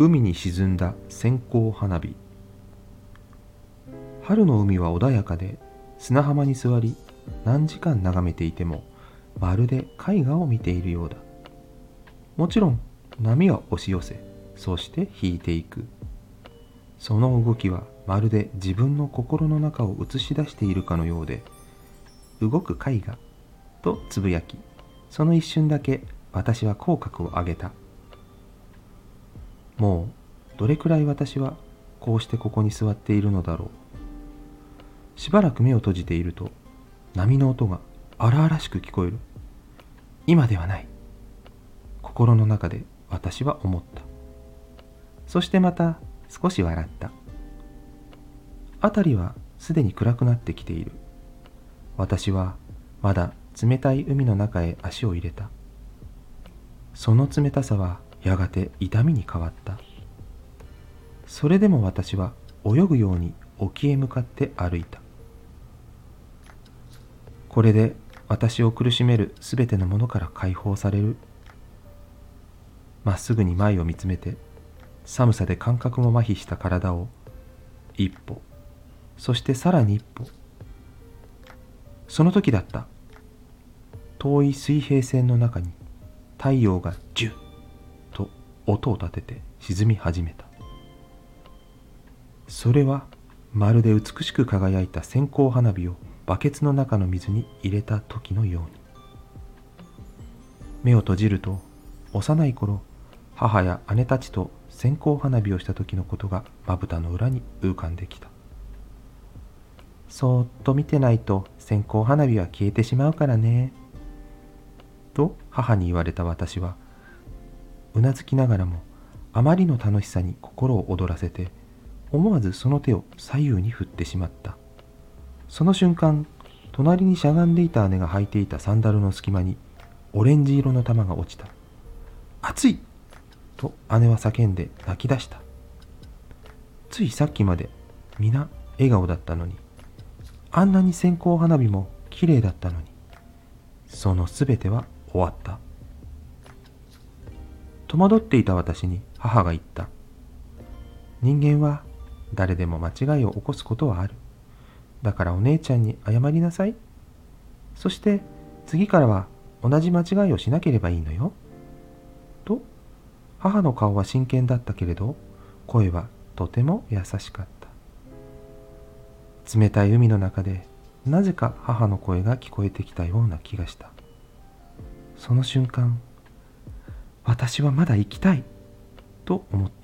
海に沈んだ線香花火。春の海は穏やかで、砂浜に座り何時間眺めていてもまるで絵画を見ているようだ。もちろん波は押し寄せ、そして引いていく。その動きはまるで自分の心の中を映し出しているかのようで、動く絵画とつぶやき、その一瞬だけ私は口角を上げた。もうどれくらい私はこうしてここに座っているのだろう。しばらく目を閉じていると、波の音が荒々しく聞こえる。今ではない。心の中で私は思った。そしてまた少し笑った。辺りはすでに暗くなってきている。私はまだ冷たい海の中へ足を入れた。その冷たさはやがて痛みに変わった。それでも私は泳ぐように沖へ向かって歩いた。これで私を苦しめるすべてのものから解放される。まっすぐに前を見つめて、寒さで感覚も麻痺した体を一歩、そしてさらに一歩。その時だった。遠い水平線の中に太陽がジュッと音を立てて沈み始めた。それはまるで美しく輝いた線香花火をバケツの中の水に入れた時のように。目を閉じると、幼い頃母や姉たちと線香花火をした時のことがまぶたの裏に浮かんできた。そーっと見てないと線香花火は消えてしまうからね、と母に言われた私は、うなずきながらもあまりの楽しさに心を躍らせて、思わずその手を左右に振ってしまった。その瞬間、隣にしゃがんでいた姉が履いていたサンダルの隙間にオレンジ色の玉が落ちた。熱いと姉は叫んで泣き出した。ついさっきまで皆笑顔だったのに、あんなに線香花火も綺麗だったのに、そのすべては終わった。戸惑っていた私に母が言った。人間は誰でも間違いを起こすことはある。だからお姉ちゃんに謝りなさい。そして次からは同じ間違いをしなければいいのよ。と、母の顔は真剣だったけれど、声はとても優しかった。冷たい海の中でなぜか母の声が聞こえてきたような気がした。その瞬間、私はまだ生きたいと思った。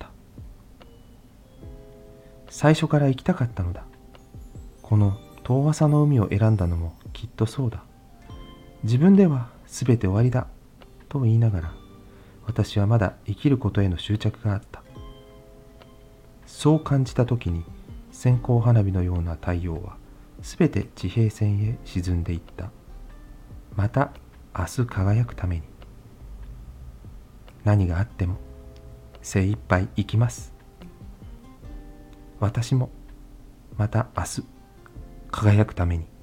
最初から行きたかったのだ。この遠浅の海を選んだのもきっとそうだ。自分では全て終わりだと言いながら、私はまだ生きることへの執着があった。そう感じた時に、線香花火のような太陽は全て地平線へ沈んでいった。また明日輝くために。何があっても精一杯生きます。私もまた明日輝くために。